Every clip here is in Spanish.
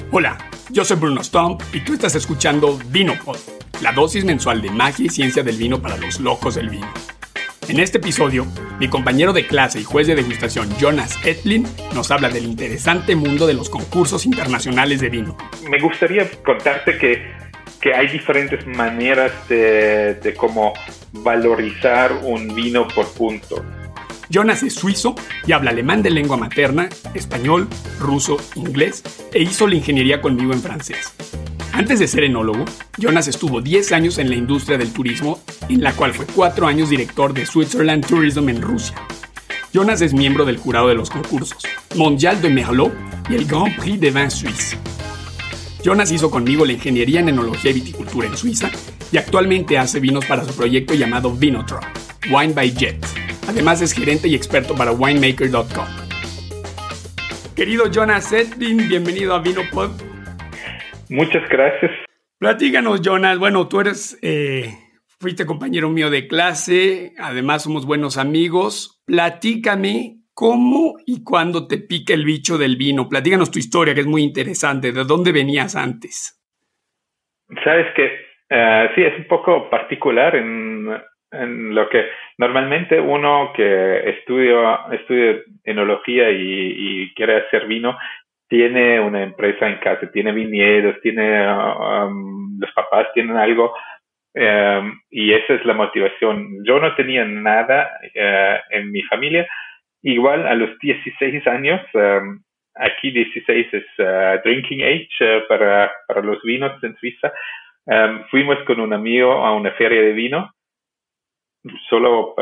Hola, yo soy Bruno Stump y tú estás escuchando VinoPod, la dosis mensual de magia y ciencia del vino para los locos del vino. En este episodio, mi compañero de clase y juez de degustación Jonas Edlin nos habla del interesante mundo de los concursos internacionales de vino. Me gustaría contarte que hay diferentes maneras de cómo valorizar un vino por puntos. Jonas es suizo y habla alemán de lengua materna, español, ruso, inglés e hizo la ingeniería conmigo en francés. Antes de ser enólogo, Jonas estuvo 10 años en la industria del turismo, en la cual fue 4 años director de Switzerland Tourism en Rusia. Jonas es miembro del jurado de los concursos Mondial de Merlot y el Grand Prix de Vin Suisse. Jonas hizo conmigo la ingeniería en enología y viticultura en Suiza y actualmente hace vinos para su proyecto llamado Vinotrop, Wine by Jet. Además es gerente y experto para winemaker.com. Querido Jonas Edlin, bienvenido a VinoPod. Muchas gracias. Platícanos, Jonas. Bueno, tú fuiste compañero mío de clase, además somos buenos amigos. Platícame cómo y cuándo te pica el bicho del vino. Platícanos tu historia, que es muy interesante. ¿De dónde venías antes? Sabes que sí, es un poco particular en lo que normalmente uno que estudia enología y quiere hacer vino, tiene una empresa en casa, tiene viñedos, los papás tienen algo, y esa es la motivación. Yo no tenía nada en mi familia. Igual a los 16 años, aquí 16 es drinking age para los vinos en Suiza, fuimos con un amigo a una feria de vino, solo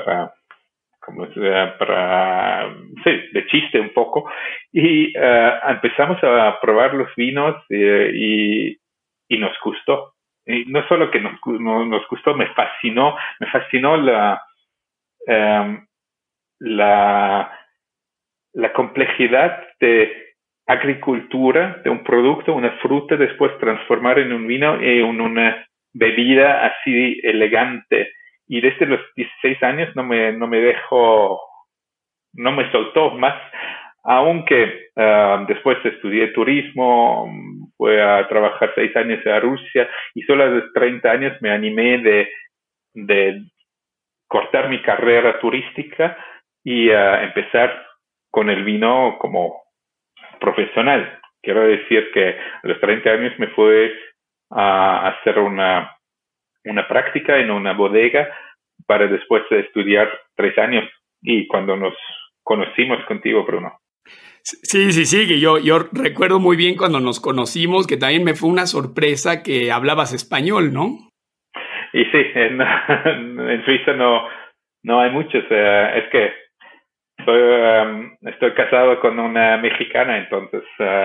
de chiste un poco, y empezamos a probar los vinos y nos gustó. Y no solo que nos gustó, me fascinó la complejidad de agricultura de un producto, una fruta, después transformar en un vino y en una bebida así elegante. Y desde los 16 años no me soltó más, aunque después estudié turismo, fui a trabajar 6 años a Rusia y solo a los 30 años me animé de cortar mi carrera turística y empezar con el vino como profesional. Quiero decir que a los 30 años me fui a hacer una práctica en una bodega para después estudiar 3 años. Y cuando nos conocimos contigo, Bruno. Sí, que yo recuerdo muy bien cuando nos conocimos, que también me fue una sorpresa que hablabas español, ¿no? Y sí, en Suiza no hay muchos. Es que estoy casado con una mexicana, entonces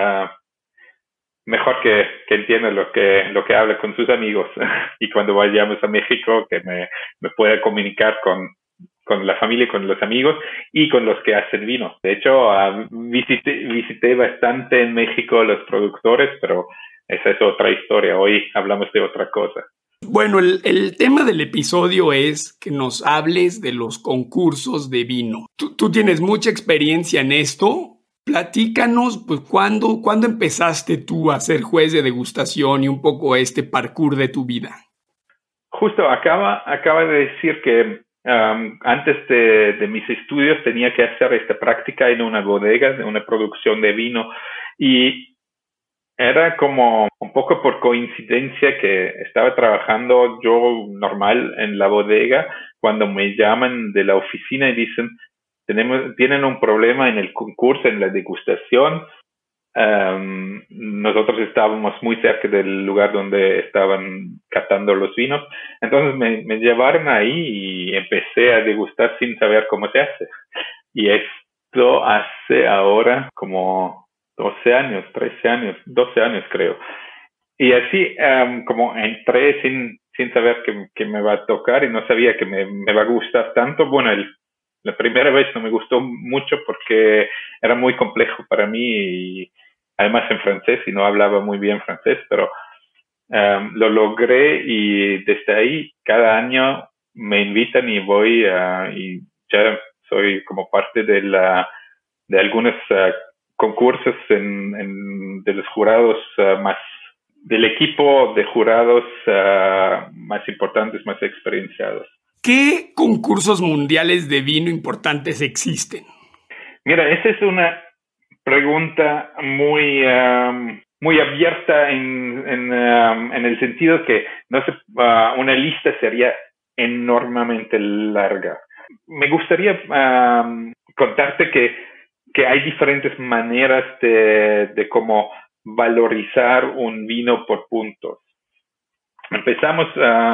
mejor que entienda lo que habla con sus amigos y cuando vayamos a México que me pueda comunicar con la familia, con los amigos y con los que hacen vino. De hecho, visité bastante en México los productores, pero esa es otra historia. Hoy hablamos de otra cosa. Bueno, el tema del episodio es que nos hables de los concursos de vino. Tú tienes mucha experiencia en esto. Platícanos, pues, ¿cuándo empezaste tú a ser juez de degustación y un poco este parkour de tu vida? Justo, acaba de decir que antes de mis estudios tenía que hacer esta práctica en una bodega, de una producción de vino, y era como un poco por coincidencia que estaba trabajando yo normal en la bodega cuando me llaman de la oficina y dicen, tienen un problema en el concurso, en la degustación. Nosotros estábamos muy cerca del lugar donde estaban catando los vinos. Entonces me llevaron ahí y empecé a degustar sin saber cómo se hace. Y esto hace ahora como 12 años, 13 años, 12 años creo. Y así como entré sin saber que me va a tocar y no sabía que me va a gustar tanto. Bueno, la primera vez no me gustó mucho porque era muy complejo para mí y además en francés y no hablaba muy bien francés, pero lo logré y desde ahí cada año me invitan y voy y ya soy como parte de algunos concursos en de los jurados del equipo de jurados más importantes, más experienciados. ¿Qué concursos mundiales de vino importantes existen? Mira, esa es una pregunta muy abierta en el sentido que una lista sería enormemente larga. Me gustaría contarte que hay diferentes maneras de cómo valorizar un vino por puntos. Empezamos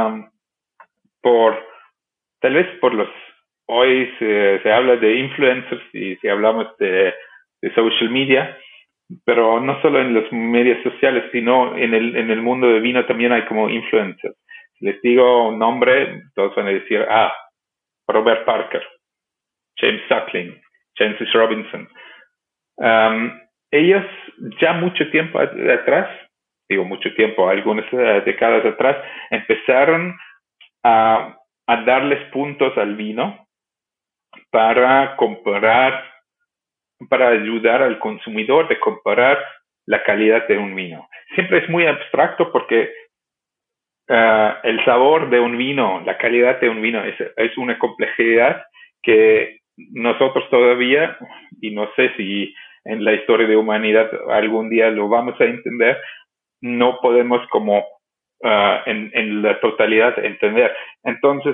tal vez por hoy se habla de influencers y si hablamos de social media, pero no solo en los medios sociales, sino en el mundo de vino también hay como influencers. Si les digo un nombre, todos van a decir, Robert Parker, James Suckling, Francis Robinson. Ellos ya mucho tiempo atrás, mucho tiempo, algunas décadas atrás, empezaron a darles puntos al vino para ayudar al consumidor de comparar la calidad de un vino. Siempre es muy abstracto porque el sabor de un vino, la calidad de un vino es una complejidad que nosotros todavía, y no sé si en la historia de humanidad algún día lo vamos a entender, no podemos como en la totalidad entender. Entonces,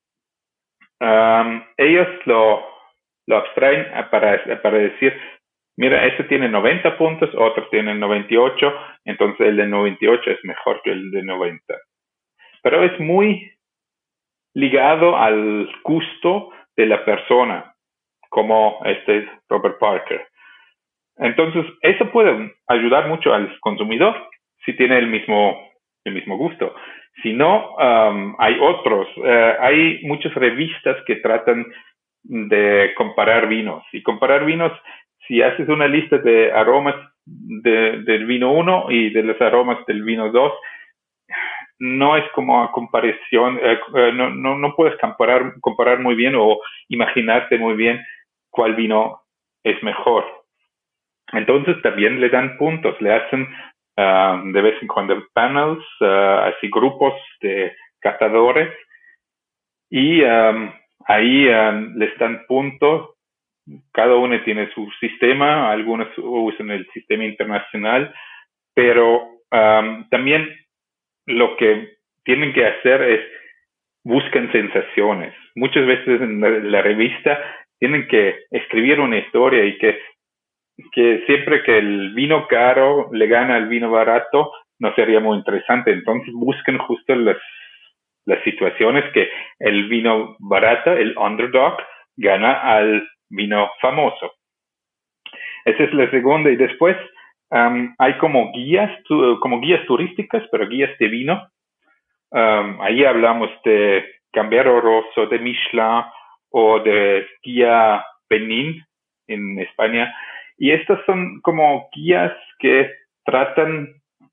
ellos lo abstraen para decir, mira, este tiene 90 puntos, otros tienen 98, entonces el de 98 es mejor que el de 90. Pero es muy ligado al gusto de la persona, como Robert Parker. Entonces, eso puede ayudar mucho al consumidor si tiene el mismo gusto. Si no, hay otros. Hay muchas revistas que tratan de comparar vinos. Y comparar vinos, si haces una lista de aromas del vino 1 y de los aromas del vino 2, no es como a comparación, no puedes comparar muy bien o imaginarte muy bien cuál vino es mejor. Entonces también le dan puntos, le hacen de vez en cuando panels, así grupos de catadores, y ahí les dan puntos. Cada uno tiene su sistema, algunos usan el sistema internacional, pero también lo que tienen que hacer es buscan sensaciones. Muchas veces en la revista tienen que escribir una historia y que siempre que el vino caro le gana al vino barato, no sería muy interesante. Entonces buscan justo las situaciones que el vino barato, el underdog, gana al vino famoso. Esa es la segunda. Y después hay como guías turísticas, pero guías de vino. Ahí hablamos de Gambero Rosso, de Michelin o de Guía Benin en España. Y estas son como guías que tratan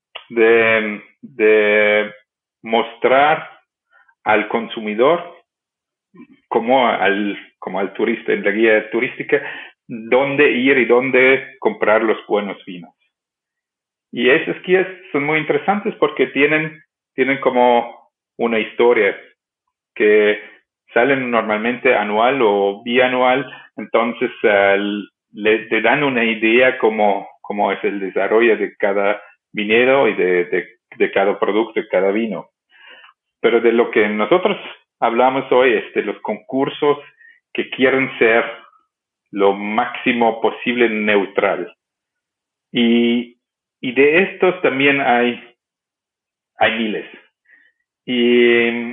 de mostrar al consumidor como al turista en la guía turística dónde ir y dónde comprar los buenos vinos. Y esas guías son muy interesantes porque tienen como una historia que salen normalmente anual o bianual, entonces le dan una idea cómo es el desarrollo de cada viñedo y de cada producto, de cada vino. Pero de lo que nosotros hablamos hoy es de los concursos que quieren ser lo máximo posible neutral. Y de estos también hay miles. Y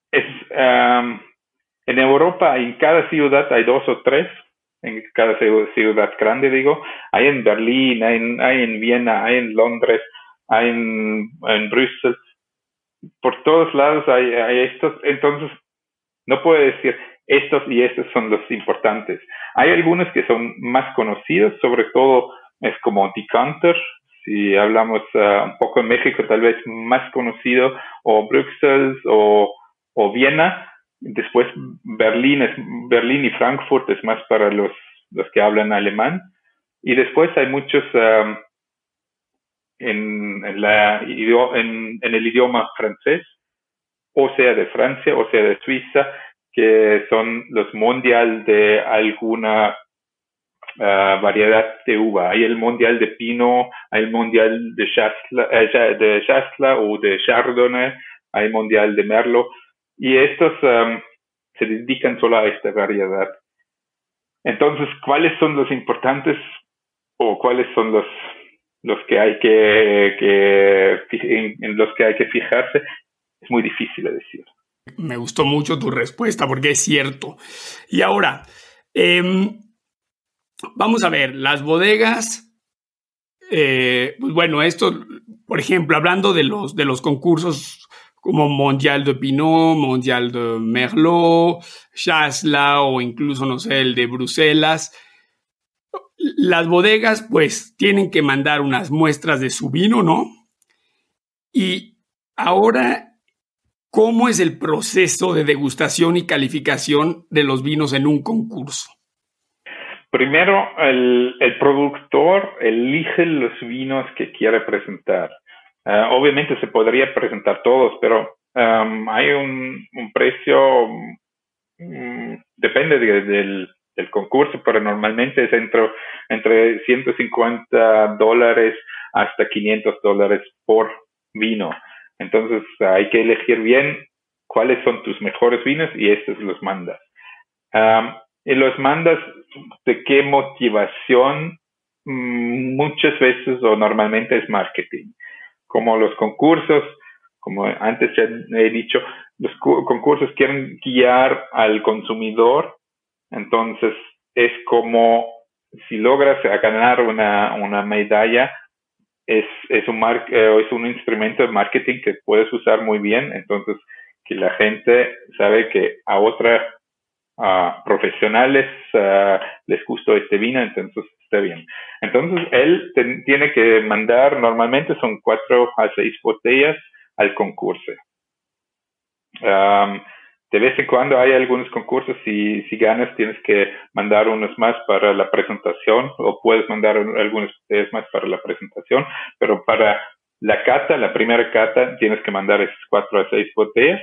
en Europa, en cada ciudad hay 2 o 3, en cada ciudad grande, digo. Hay en Berlín, hay en Viena, hay en Londres, hay en Bruselas. Por todos lados hay estos. Entonces, no puedo decir estos y estos son los importantes. Hay algunos que son más conocidos, sobre todo es como Decanter. Si hablamos un poco en México, tal vez más conocido, o Bruselas o Viena. Después Berlín y Frankfurt es más para los que hablan alemán. Y después hay muchos en el idioma francés, o sea de Francia, o sea de Suiza, que son los mundial de alguna variedad de uva. Hay el mundial de Pinot, hay el mundial de Chasselas o de Chardonnay, hay el mundial de Merlot, y estos se dedican solo a esta variedad. Entonces, ¿cuáles son los importantes o cuáles son los que hay en los que hay que fijarse? Es muy difícil de decir. Me gustó mucho tu respuesta porque es cierto. Y ahora, vamos a ver, las bodegas, pues bueno, esto, por ejemplo, hablando de los concursos como Mondial de Pinot, Mondial de Merlot, Chasselas o incluso, no sé, el de Bruselas, las bodegas pues tienen que mandar unas muestras de su vino, ¿no? Y ahora, ¿cómo es el proceso de degustación y calificación de los vinos en un concurso? Primero, el productor elige los vinos que quiere presentar. Obviamente se podría presentar todos, pero hay un precio, depende del concurso, pero normalmente es entre $150 hasta $500 por vino. Entonces hay que elegir bien cuáles son tus mejores vinos y estos los mandas. Y los mandas de qué motivación, muchas veces o normalmente es marketing. Como los concursos, como antes ya he dicho, los concursos quieren guiar al consumidor. Entonces es como si logras ganar una medalla, es un instrumento de marketing que puedes usar muy bien. Entonces que la gente sabe que a otras profesionales les gustó este vino, entonces está bien. Entonces él tiene que mandar, normalmente son 4 a 6 botellas al concurso. De vez en cuando hay algunos concursos, si ganas tienes que mandar unos más para la presentación, o puedes mandar algunos botellas más para la presentación, pero para la cata, la primera cata, tienes que mandar esas 4 a 6 botellas.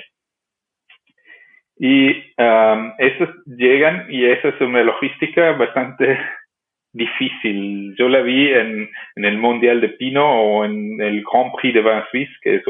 Y estos llegan y esa es una logística bastante difícil. Yo la vi en el Mundial de Pinot o en el Grand Prix de Vin Suisse, que es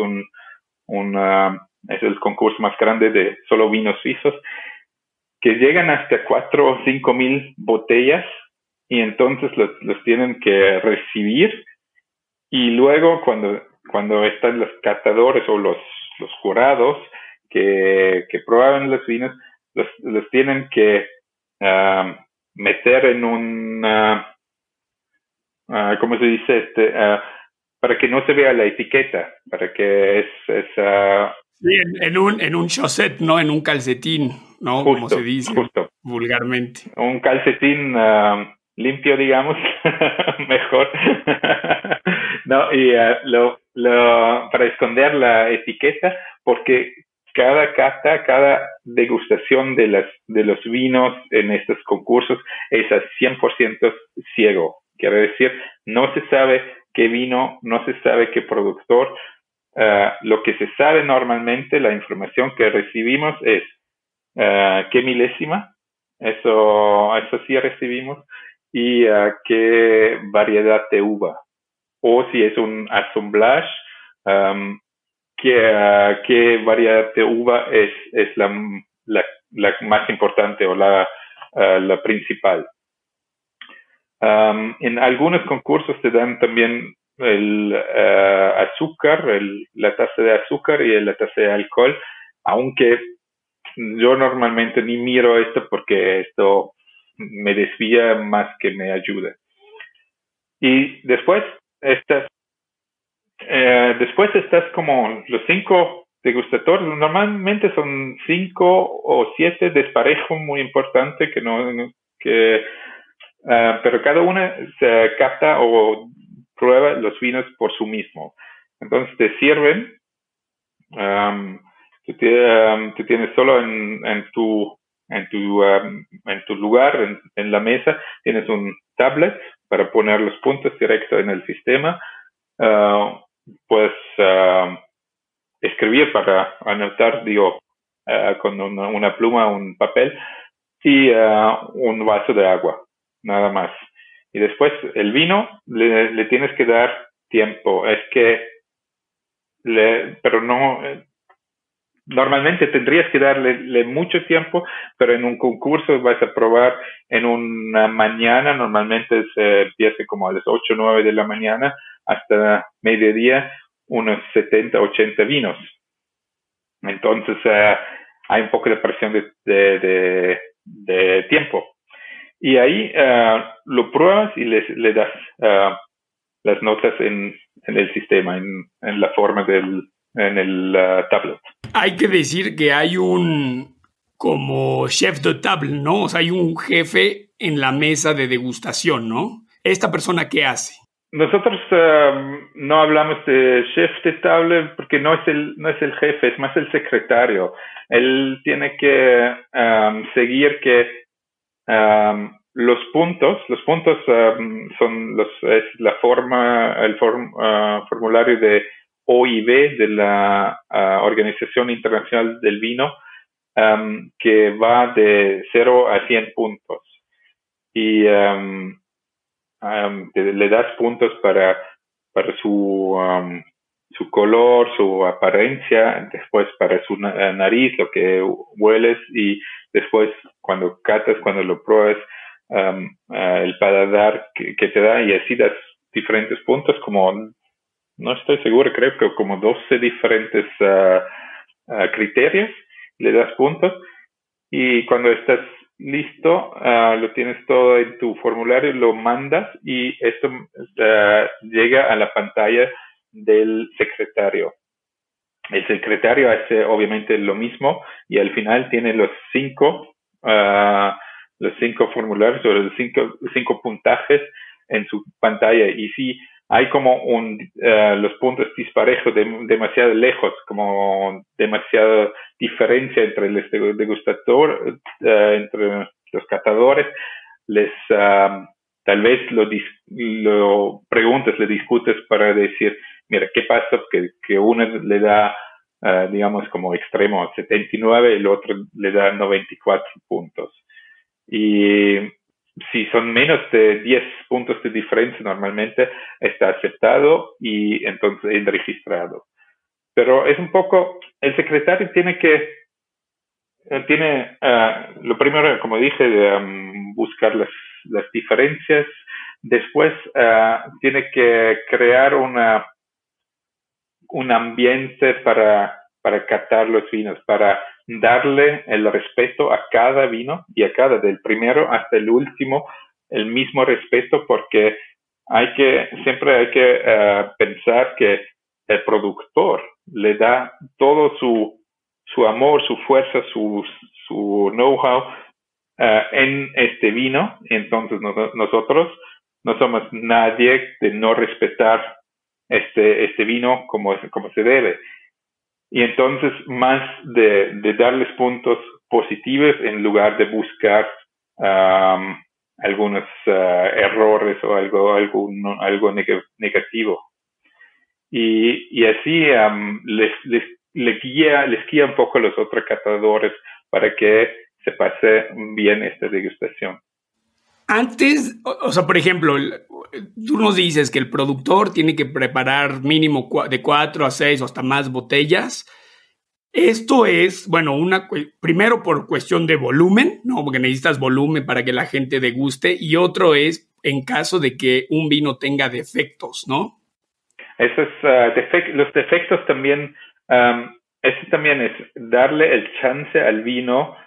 es el concurso más grande de solo vinos suizos, que llegan hasta 4 o 5 mil botellas y entonces los tienen que recibir, y luego cuando están los catadores o los jurados que prueban los vinos, los tienen que meter en ¿cómo se dice? Para que no se vea la etiqueta, para que sí, en un chaussette, ¿no? En un calcetín, ¿no? Justo, como se dice vulgarmente. Un calcetín limpio, digamos, mejor. No, y para esconder la etiqueta, porque cada cata, cada degustación de los vinos en estos concursos es a 100% ciego. Quiere decir, no se sabe qué vino, no se sabe qué productor. Lo que se sabe normalmente, la información que recibimos es qué milésima, eso sí recibimos, y qué variedad de uva, o si es un assemblage, qué variedad de uva es la más importante o la principal. En algunos concursos te dan también el azúcar, la tasa de azúcar y la tasa de alcohol, aunque yo normalmente ni miro esto porque esto me desvía más que me ayuda. Y después estás como los 5 degustadores, normalmente son 5 o 7 desparejo, muy importante pero cada una se capta o prueba los vinos por sí mismo. Entonces te sirven, tú tienes solo en tu lugar, en la mesa, tienes un tablet para poner los puntos directo en el sistema, uh, puedes escribir para anotar, con una pluma, un papel y un vaso de agua, nada más. Y después el vino le tienes que dar tiempo. Pero no, normalmente tendrías que darle mucho tiempo, pero en un concurso vas a probar en una mañana, normalmente se empieza como a las 8 o 9 de la mañana hasta mediodía, unos 70, 80 vinos. Entonces hay un poco de presión de tiempo. Y ahí lo pruebas y le das las notas en el sistema, en la forma en el tablet. Hay que decir que hay un como chef de table, ¿no? O sea, hay un jefe en la mesa de degustación, ¿no? ¿Esta persona qué hace? Nosotros no hablamos de chef de table porque no es el jefe, es más el secretario. Él tiene que seguir que los puntos son es la forma, el formulario de OIB, de la Organización Internacional del Vino, que va de 0 a 100 puntos. Y le das puntos para su color, su apariencia, después para su nariz, lo que hueles, y después cuando catas, cuando lo pruebas, el paladar que te da, y así das diferentes puntos, como no estoy seguro, creo que como 12 diferentes criterios, le das puntos, y cuando estás listo, lo tienes todo en tu formulario, lo mandas y esto llega a la pantalla del secretario. El secretario hace obviamente lo mismo y al final tiene los cinco formularios o los cinco puntajes en su pantalla, y si hay como los puntos disparejos demasiado lejos, como demasiada diferencia entre el degustador, entre los catadores, tal vez lo preguntas, le discutes para decir, mira, ¿qué pasa? Que uno le da, digamos, como extremo 79, el otro le da 94 puntos. Y si son menos de 10 puntos de diferencia, normalmente está aceptado y entonces registrado. Pero es un poco, el secretario tiene lo primero, como dije, buscar las diferencias. Después tiene que crear un ambiente para catar los vinos, para darle el respeto a cada vino y a cada, del primero hasta el último, el mismo respeto, porque siempre hay que pensar que el productor le da todo su amor, su fuerza, su know-how en este vino. Entonces nosotros no somos nadie de no respetar este vino como se debe. Y entonces más de darles puntos positivos en lugar de buscar algunos errores o algo negativo. Y así les guía un poco a los otros catadores para que se pase bien esta degustación. Antes, o sea, por ejemplo, tú nos dices que el productor tiene que preparar mínimo de 4 a 6 o hasta más botellas. Esto es, bueno, primero por cuestión de volumen, ¿no? Porque necesitas volumen para que la gente deguste, y otro es en caso de que un vino tenga defectos, ¿no? Los defectos también, eso también es darle el chance al vino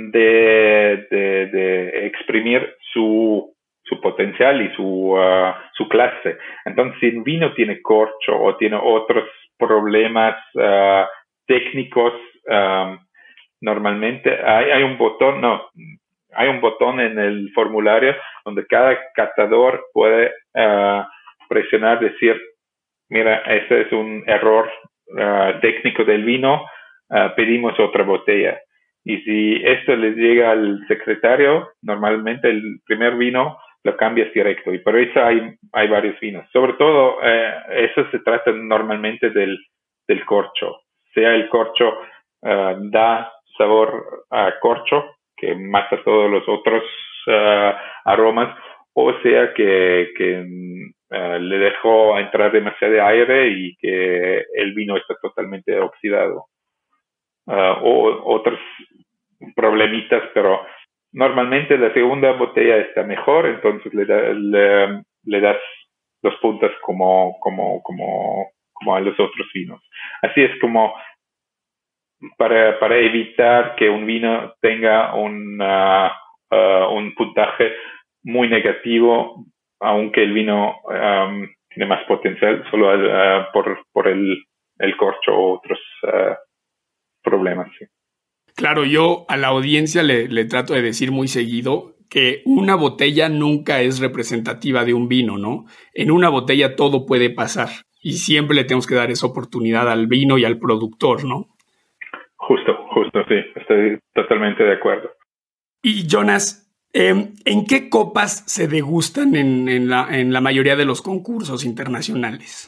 de exprimir su potencial y su clase. Entonces, si un vino tiene corcho o tiene otros problemas técnicos, normalmente hay un botón en el formulario donde cada catador puede presionar, decir, mira, ese es un error técnico del vino, pedimos otra botella. Y si esto les llega al secretario, normalmente el primer vino lo cambias directo. Y por eso hay varios vinos. Sobre todo, eso se trata normalmente del corcho. Sea el corcho da sabor a corcho, que mata todos los otros aromas, o sea que le dejó entrar demasiado aire y que el vino está totalmente oxidado. O otros problemitas, pero normalmente la segunda botella está mejor, entonces le das los puntos como a los otros vinos. Así es como para evitar que un vino tenga un puntaje muy negativo, aunque el vino tiene más potencial solo por el corcho o otros problemas. Sí. Claro, yo a la audiencia le trato de decir muy seguido que una botella nunca es representativa de un vino, ¿no? En una botella todo puede pasar y siempre le tenemos que dar esa oportunidad al vino y al productor, ¿no? Justo, sí, estoy totalmente de acuerdo. Y Jonas, ¿en qué copas se degustan en la mayoría de los concursos internacionales?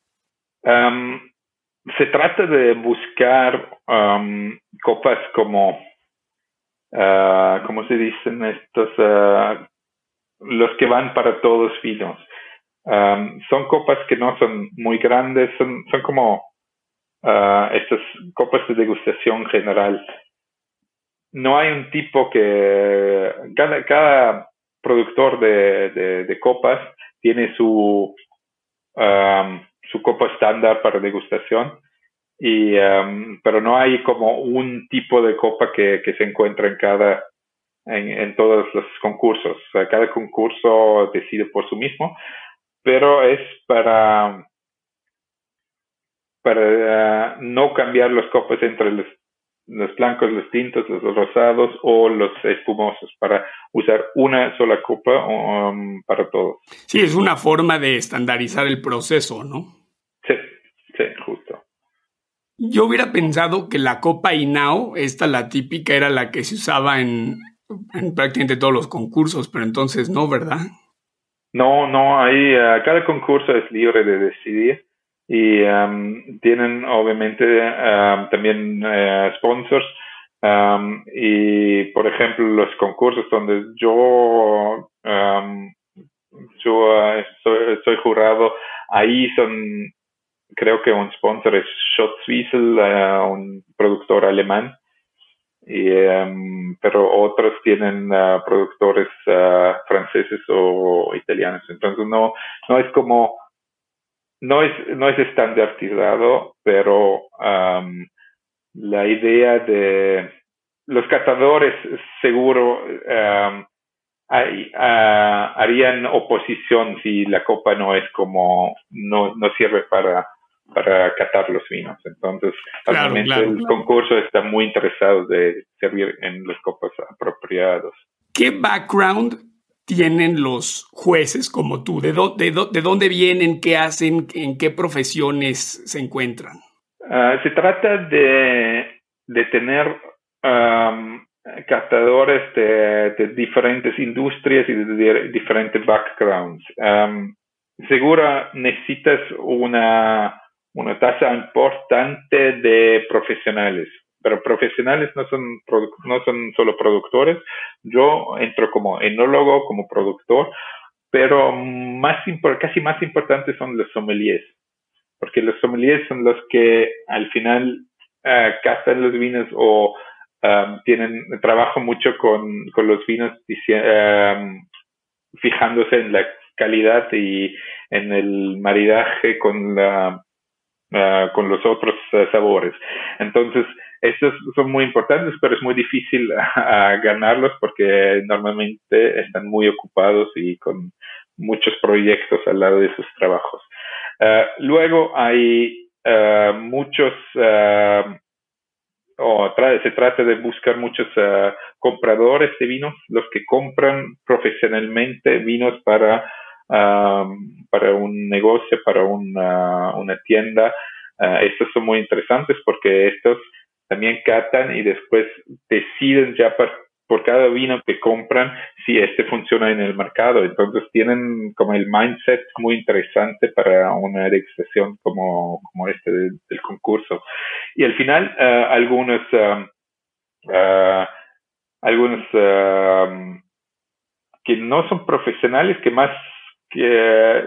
Se trata de buscar copas como, ¿cómo se dicen estos? Los que van para todos vinos. Son copas que no son muy grandes, son como estas copas de degustación general. No hay un tipo que... Cada productor de copas tiene su copa estándar para degustación, pero no hay como un tipo de copa que se encuentra en todos los concursos. O sea, cada concurso decide por sí mismo, pero es para no cambiar las copas entre los blancos, los tintos, los rosados o los espumosos, para usar una sola copa para todos. Sí, es una forma de estandarizar el proceso, ¿no? Sí, justo. Yo hubiera pensado que la copa Inao, la típica, era la que se usaba en prácticamente todos los concursos, pero entonces no, ¿verdad? No, cada concurso es libre de decidir y tienen obviamente también sponsors y por ejemplo los concursos donde yo soy jurado, ahí creo que un sponsor es Schottwiesel, un productor alemán, pero otros tienen productores franceses o italianos. Entonces no es como, no es estandarizado, pero la idea de los catadores seguro harían oposición si la copa no es como, no sirve para catar los vinos. Entonces, realmente el concurso está muy interesado de servir en las copas apropiadas. ¿Qué background tienen los jueces como tú? ¿De dónde vienen? ¿Qué hacen? ¿En qué profesiones se encuentran? Se trata de tener catadores de diferentes industrias y de diferentes backgrounds. Seguro necesitas una tasa importante de profesionales, pero profesionales no son solo productores. Yo entro como enólogo, como productor, pero casi más importantes son los sommeliers, porque los sommeliers son los que al final catan los vinos o trabajo mucho con los vinos, fijándose en la calidad y en el maridaje con los otros sabores. Entonces, estos son muy importantes, pero es muy difícil ganarlos porque normalmente están muy ocupados y con muchos proyectos al lado de sus trabajos. Luego hay muchos, se trata de buscar muchos compradores de vinos, los que compran profesionalmente vinos para un negocio, para una tienda. Estos son muy interesantes porque estos también catan y después deciden ya por cada vino que compran si este funciona en el mercado. Entonces tienen como el mindset muy interesante para una degustación como este del concurso. Y al final, algunos que no son profesionales, que más que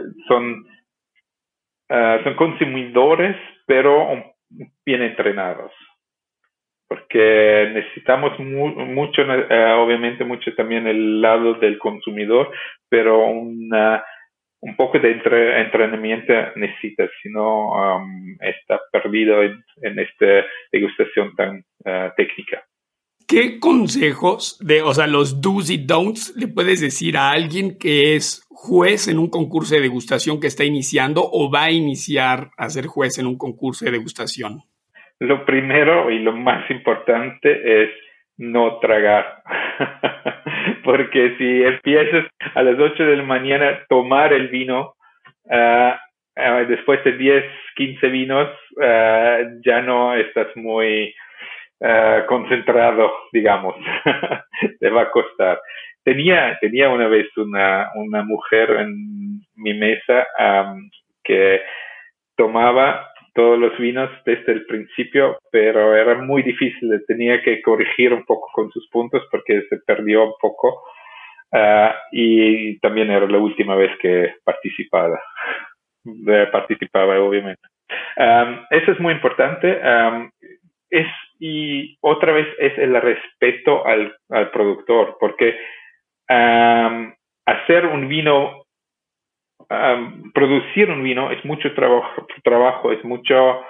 son consumidores, pero bien entrenados. Porque necesitamos mucho, obviamente mucho también el lado del consumidor, pero un poco de entrenamiento necesitas, si no está perdido en esta degustación tan técnica. ¿Qué consejos o sea, los do's y don'ts le puedes decir a alguien que es juez en un concurso de degustación que está iniciando o va a iniciar a ser juez en un concurso de degustación? Lo primero y lo más importante es no tragar. Porque si empiezas a las 8 de la mañana a tomar el vino, después de 10, 15 vinos, ya no estás muy concentrado, digamos. Te va a costar. Tenía una vez una mujer en mi mesa que tomaba todos los vinos desde el principio, pero era muy difícil, tenía que corregir un poco con sus puntos porque se perdió un poco, y también era la última vez que participaba obviamente. Eso es muy importante, y otra vez es el respeto al productor, porque hacer un vino, producir un vino es mucho trabajo, es mucha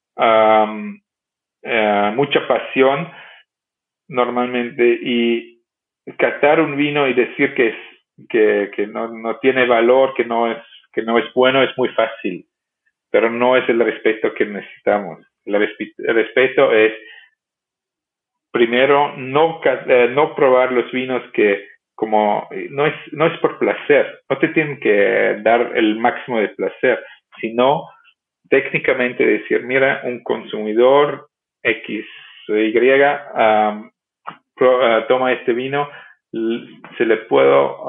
pasión normalmente, y catar un vino y decir que no tiene valor, que no es bueno, es muy fácil, pero no es el respeto que necesitamos. El respeto es primero no probar los vinos que como no es por placer, no te tienen que dar el máximo de placer, sino técnicamente decir, mira, un consumidor X o Y toma este vino, se le puedo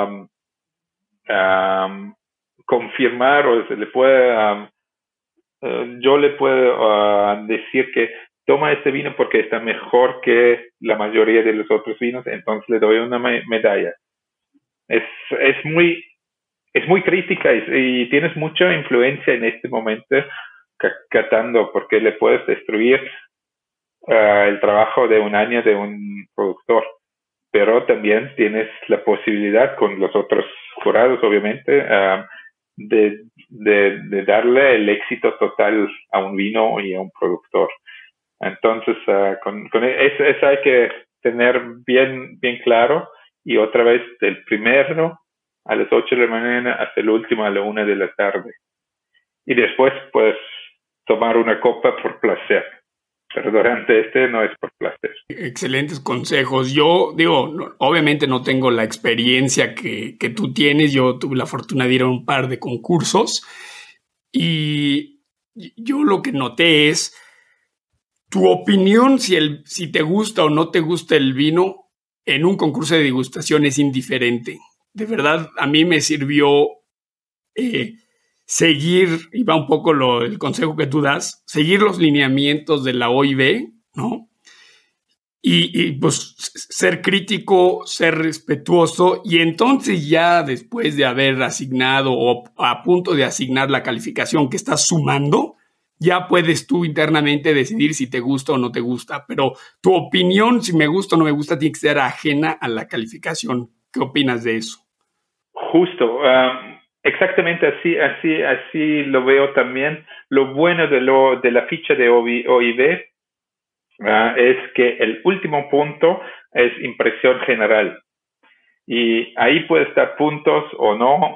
confirmar, o se le puede yo le puedo decir que toma este vino porque está mejor que la mayoría de los otros vinos, entonces le doy una medalla. Es muy crítica, y tienes mucha influencia en este momento catando, porque le puedes destruir el trabajo de un año de un productor, pero también tienes la posibilidad con los otros jurados, obviamente, de darle el éxito total a un vino y a un productor. Entonces, eso hay que tener bien claro, y otra vez del primero a las 8 de la mañana hasta el último a la 1 de la tarde. Y después, pues, tomar una copa por placer. Pero durante no es por placer. Excelentes consejos. Yo digo, obviamente no tengo la experiencia que tú tienes. Yo tuve la fortuna de ir a un par de concursos y yo lo que noté es tu opinión si te gusta o no te gusta el vino en un concurso de degustación es indiferente. De verdad, a mí me sirvió seguir, y va un poco el consejo que tú das, seguir los lineamientos de la OIB, ¿no? Y pues ser crítico, ser respetuoso, y entonces ya después de haber asignado o a punto de asignar la calificación que estás sumando, ya puedes tú internamente decidir si te gusta o no te gusta, pero tu opinión, si me gusta o no me gusta, tiene que ser ajena a la calificación. ¿Qué opinas de eso? Justo, exactamente así lo veo también. Lo bueno de la ficha de OIB es que el último punto es impresión general, y ahí puede estar puntos o no,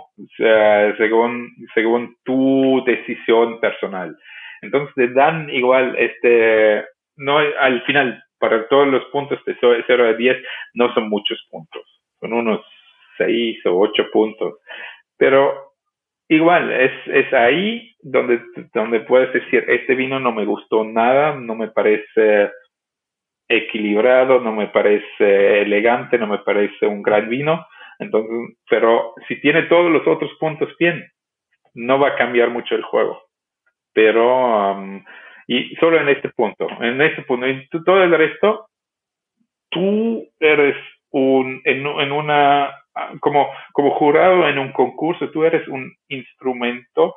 según tu decisión personal. Entonces te dan igual no, al final, para todos los puntos de 0 a 10 no son muchos puntos, son unos 6 o 8 puntos, pero igual es ahí donde puedes decir, este vino no me gustó nada, no me parece equilibrado, no me parece elegante, no me parece un gran vino. Entonces, pero si tiene todos los otros puntos bien, no va a cambiar mucho el juego. Pero, y solo en este punto, y todo el resto, tú eres en una, como jurado en un concurso, tú eres un instrumento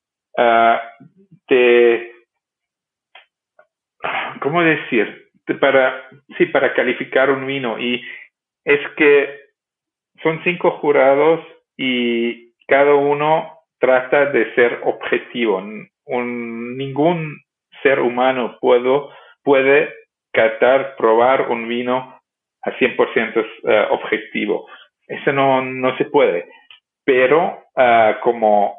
de, ¿cómo decir? Para calificar un vino. Y es que son 5 jurados y cada uno trata de ser objetivo. Ningún ser humano puede probar un vino a 100% objetivo. Eso no se puede. Pero como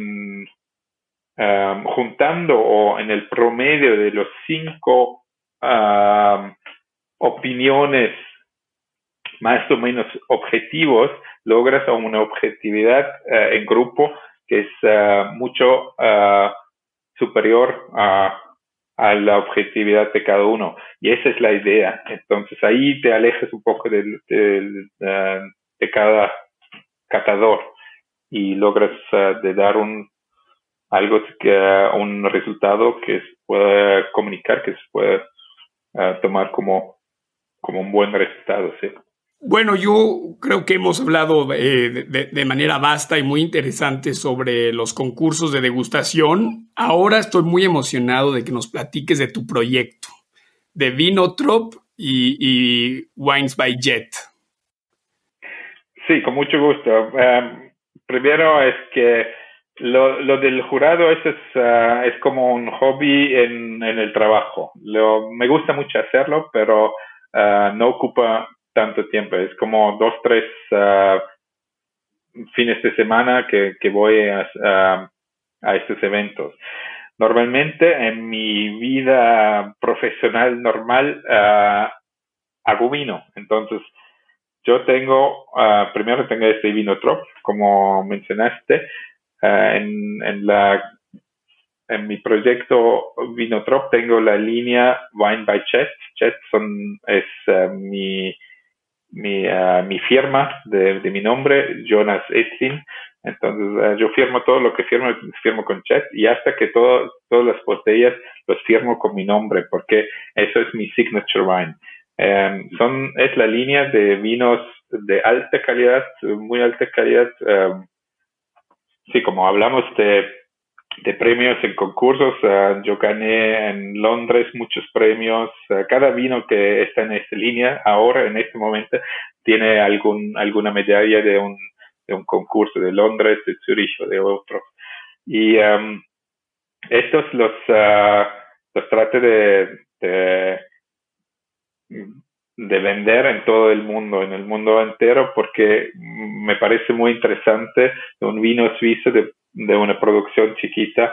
juntando o en el promedio de los 5 opiniones más o menos objetivos, logras una objetividad en grupo que es mucho superior a la objetividad de cada uno. Y esa es la idea. Entonces ahí te alejas un poco de cada catador y logras de dar un resultado que se pueda comunicar, que se pueda tomar como un buen resultado, ¿sí? Bueno, yo creo que hemos hablado de manera vasta y muy interesante sobre los concursos de degustación. Ahora estoy muy emocionado de que nos platiques de tu proyecto, de Vinotrop y Wines by Jet. Sí, con mucho gusto. Primero es que lo del jurado es como un hobby en el trabajo. Me gusta mucho hacerlo, pero no ocupa tanto tiempo. Es como 2, 3 fines de semana que voy a estos eventos. Normalmente en mi vida profesional normal hago vino. Entonces yo primero tengo este Vinotrop, como mencionaste. En mi proyecto Vinotrop tengo la línea Wine by Chet. Chet es mi firma de mi nombre, Jonas Etzin. Entonces yo firmo todo lo que firmo con Chet, y hasta que todas las botellas los firmo con mi nombre, porque eso es mi signature wine. Es la línea de vinos de alta calidad, muy alta calidad. Sí, como hablamos de premios en concursos, yo gané en Londres muchos premios. Cada vino que está en esta línea ahora, en este momento, tiene alguna medalla de un concurso de Londres, de Zurich o de otro. Y estos los trato de vender en todo el mundo, en el mundo entero, porque me parece muy interesante un vino suizo de una producción chiquita,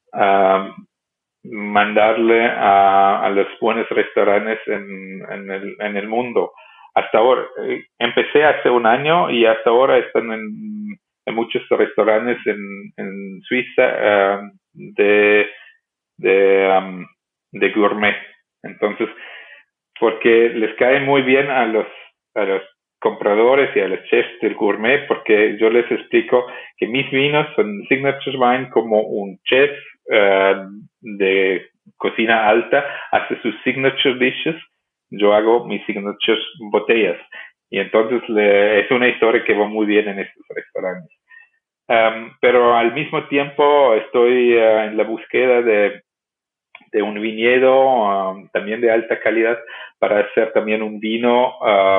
mandarle a los buenos restaurantes en el mundo. Hasta ahora, empecé hace un año y hasta ahora están en muchos restaurantes en Suiza de gourmet. Entonces, porque les cae muy bien a los compradores y a los chefs del gourmet, porque yo les explico que mis vinos son signature wine, como un chef de cocina alta hace sus signature dishes, yo hago mis signature botellas, y entonces es una historia que va muy bien en estos restaurantes. Pero al mismo tiempo estoy en la búsqueda de un viñedo también de alta calidad para hacer también un vino.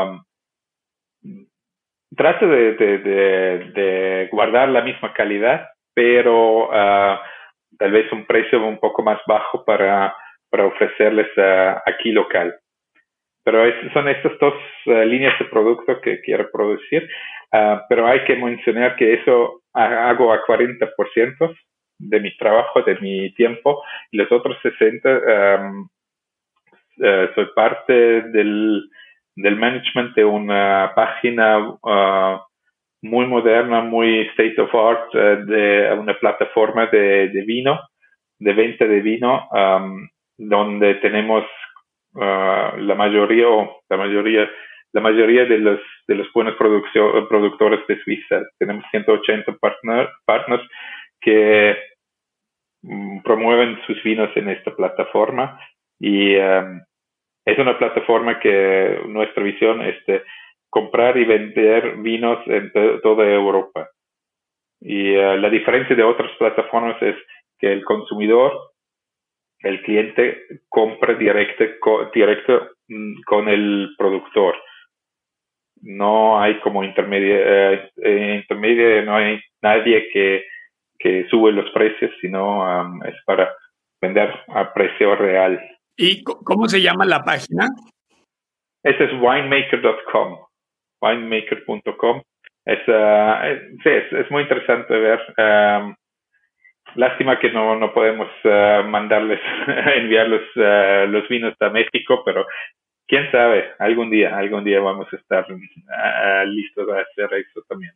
Trato de guardar la misma calidad, pero tal vez un precio un poco más bajo para ofrecerles aquí local. Pero son estas 2 líneas de producto que quiero producir, pero hay que mencionar que eso hago a 40% de mi trabajo, de mi tiempo, y los otros 60% soy parte del management de una página muy moderna, muy state of art, de una plataforma de vino, de venta de vino, donde tenemos la mayoría de los buenos productores de Suiza. Tenemos 180 partners que promueven sus vinos en esta plataforma y es una plataforma que nuestra visión es de comprar y vender vinos en toda Europa. Y la diferencia de otras plataformas es que el consumidor, el cliente, compra directo con el productor. No hay como intermedio, no hay nadie que sube los precios, sino es para vender a precio real. ¿Y cómo se llama la página? Ese es winemaker.com, winemaker.com. Es muy interesante ver. Lástima que no podemos enviar los vinos a México, pero quién sabe, algún día vamos a estar listos a hacer eso también.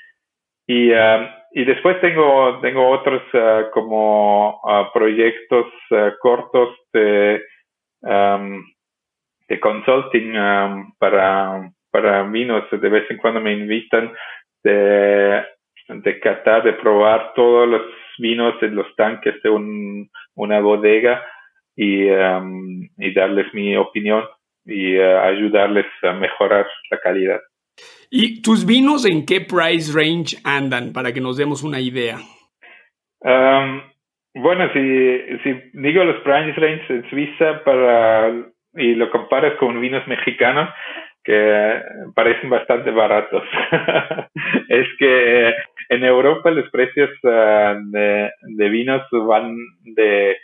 Y después tengo otros como proyectos cortos de consulting para vinos. De vez en cuando me invitan de catar, de probar todos los vinos en los tanques de una bodega y darles mi opinión y ayudarles a mejorar la calidad. ¿Y tus vinos en qué price range andan, para que nos demos una idea? Bueno, si digo los price range en Suiza y lo comparas con vinos mexicanos, que parecen bastante baratos. Es que en Europa los precios de vinos van de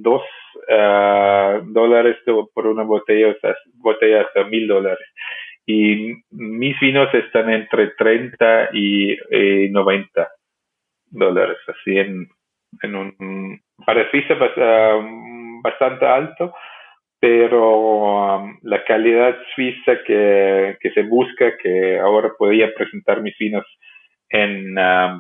$2 por una botella hasta $1,000. Y mis vinos están entre 30 y $90, así para Suiza bastante alto, pero la calidad suiza que se busca, que ahora podía presentar mis vinos en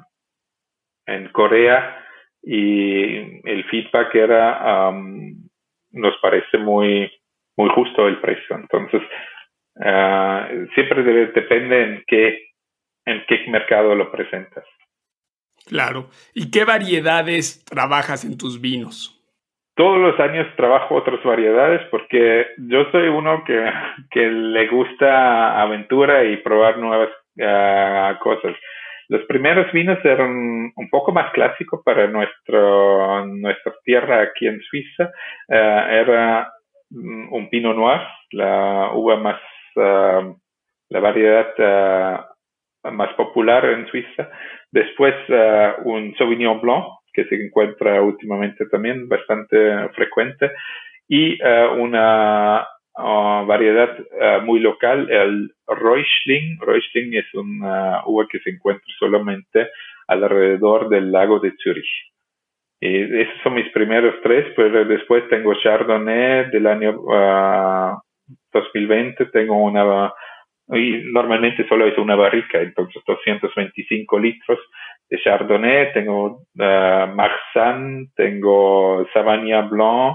Corea, y el feedback era nos parece muy muy justo el precio. Entonces siempre depende en qué mercado lo presentas. Claro. ¿Y qué variedades trabajas en tus vinos? Todos los años trabajo otras variedades porque yo soy uno que le gusta aventura y probar nuevas cosas. Los primeros vinos eran un poco más clásicos para nuestra tierra aquí en Suiza. Era un Pinot Noir, la uva más, la variedad más popular en Suiza. Después un Sauvignon Blanc, que se encuentra últimamente también bastante frecuente, y una variedad muy local, el Riesling. Riesling es una uva que se encuentra solamente alrededor del lago de Zurich. Y esos son mis primeros tres, pero después tengo Chardonnay del año 2020, tengo y normalmente solo es una barrica, entonces 225 litros de Chardonnay, tengo Marsanne, tengo Savagnin Blanc,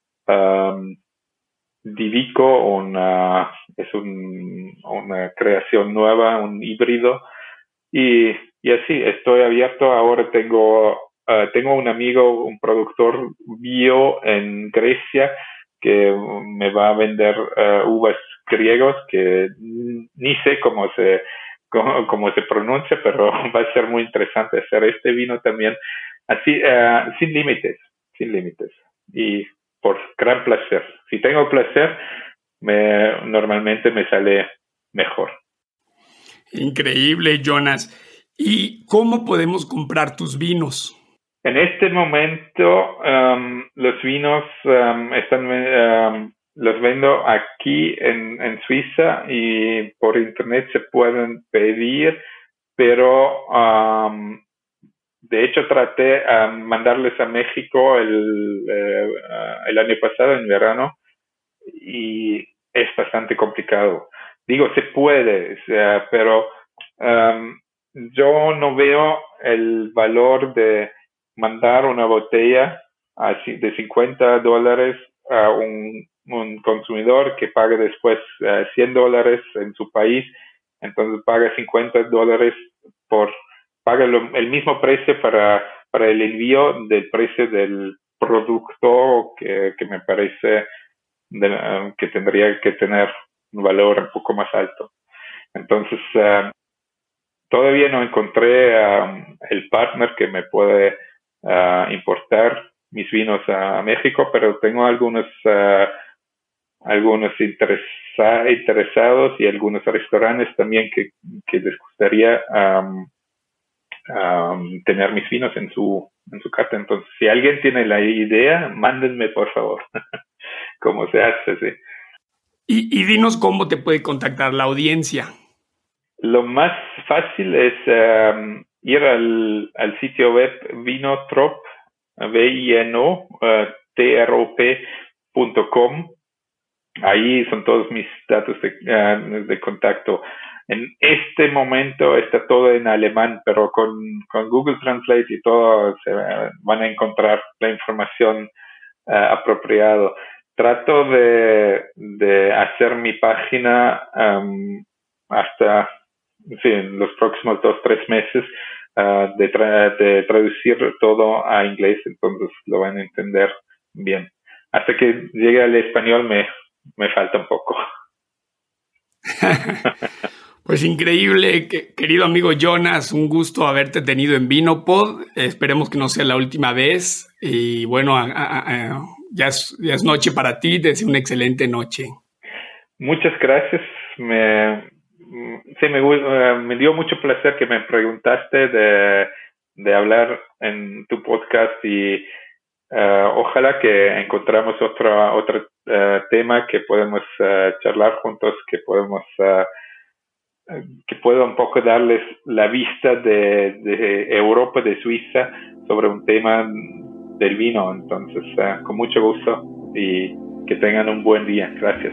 Divico, es una creación nueva, un híbrido, y así estoy abierto. Ahora tengo un amigo, un productor bio en Grecia, que me va a vender uvas griegos que ni sé cómo se pronuncia, pero va a ser muy interesante hacer este vino también así, sin límites y por gran placer. Si tengo placer, normalmente me sale mejor. Increíble, Jonas. ¿Y cómo podemos comprar tus vinos? En este momento los vinos los vendo aquí en Suiza y por internet se pueden pedir, pero de hecho traté de mandarles a México el año pasado en verano y es bastante complicado. Digo, se puede, pero yo no veo el valor de mandar una botella de $50 a un un consumidor que paga después $100 en su país, entonces paga $50 paga el mismo precio para el envío del precio del producto que me parece que tendría que tener un valor un poco más alto. Entonces, todavía no encontré el partner que me puede importar mis vinos a México, pero tengo algunos interesados y algunos restaurantes también que les gustaría tener mis vinos en su carta. Entonces, si alguien tiene la idea, mándenme por favor cómo se hace, sí. Y dinos cómo te puede contactar la audiencia. Lo más fácil es ir al sitio web Vinotrop, vinotrop.com. Ahí son todos mis datos de contacto. En este momento está todo en alemán, pero con Google Translate y todo se van a encontrar la información apropiada. Trato de hacer mi página hasta en los próximos 2-3 meses, de traducir todo a inglés, entonces lo van a entender bien. Hasta que llegue al español me falta un poco. Pues increíble, querido amigo Jonas, un gusto haberte tenido en Vinopod. Esperemos que no sea la última vez. Y bueno, ya es noche para ti, te deseo una excelente noche. Muchas gracias. Me dio mucho placer que me preguntaste de hablar en tu podcast y ojalá que encontramos otro tema que podemos charlar juntos, que pueda un poco darles la vista de Europa, de Suiza, sobre un tema del vino. Entonces, con mucho gusto y que tengan un buen día. Gracias.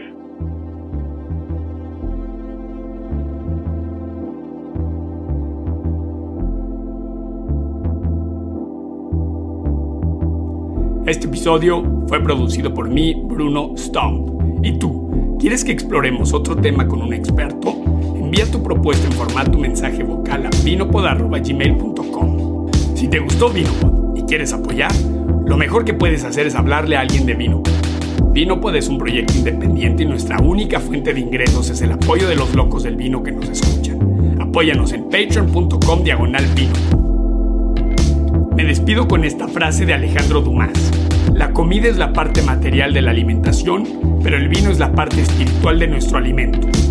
Este episodio fue producido por mí, Bruno Stump. ¿Y tú? ¿Quieres que exploremos otro tema con un experto? Envía tu propuesta en formato mensaje vocal a vinopod@gmail.com. Si te gustó Vinopod y quieres apoyar, lo mejor que puedes hacer es hablarle a alguien de Vinopod. Vinopod es un proyecto independiente y nuestra única fuente de ingresos es el apoyo de los locos del vino que nos escuchan. Apóyanos en patreon.com/Vinopod. Me despido con esta frase de Alejandro Dumas. La comida es la parte material de la alimentación, pero el vino es la parte espiritual de nuestro alimento.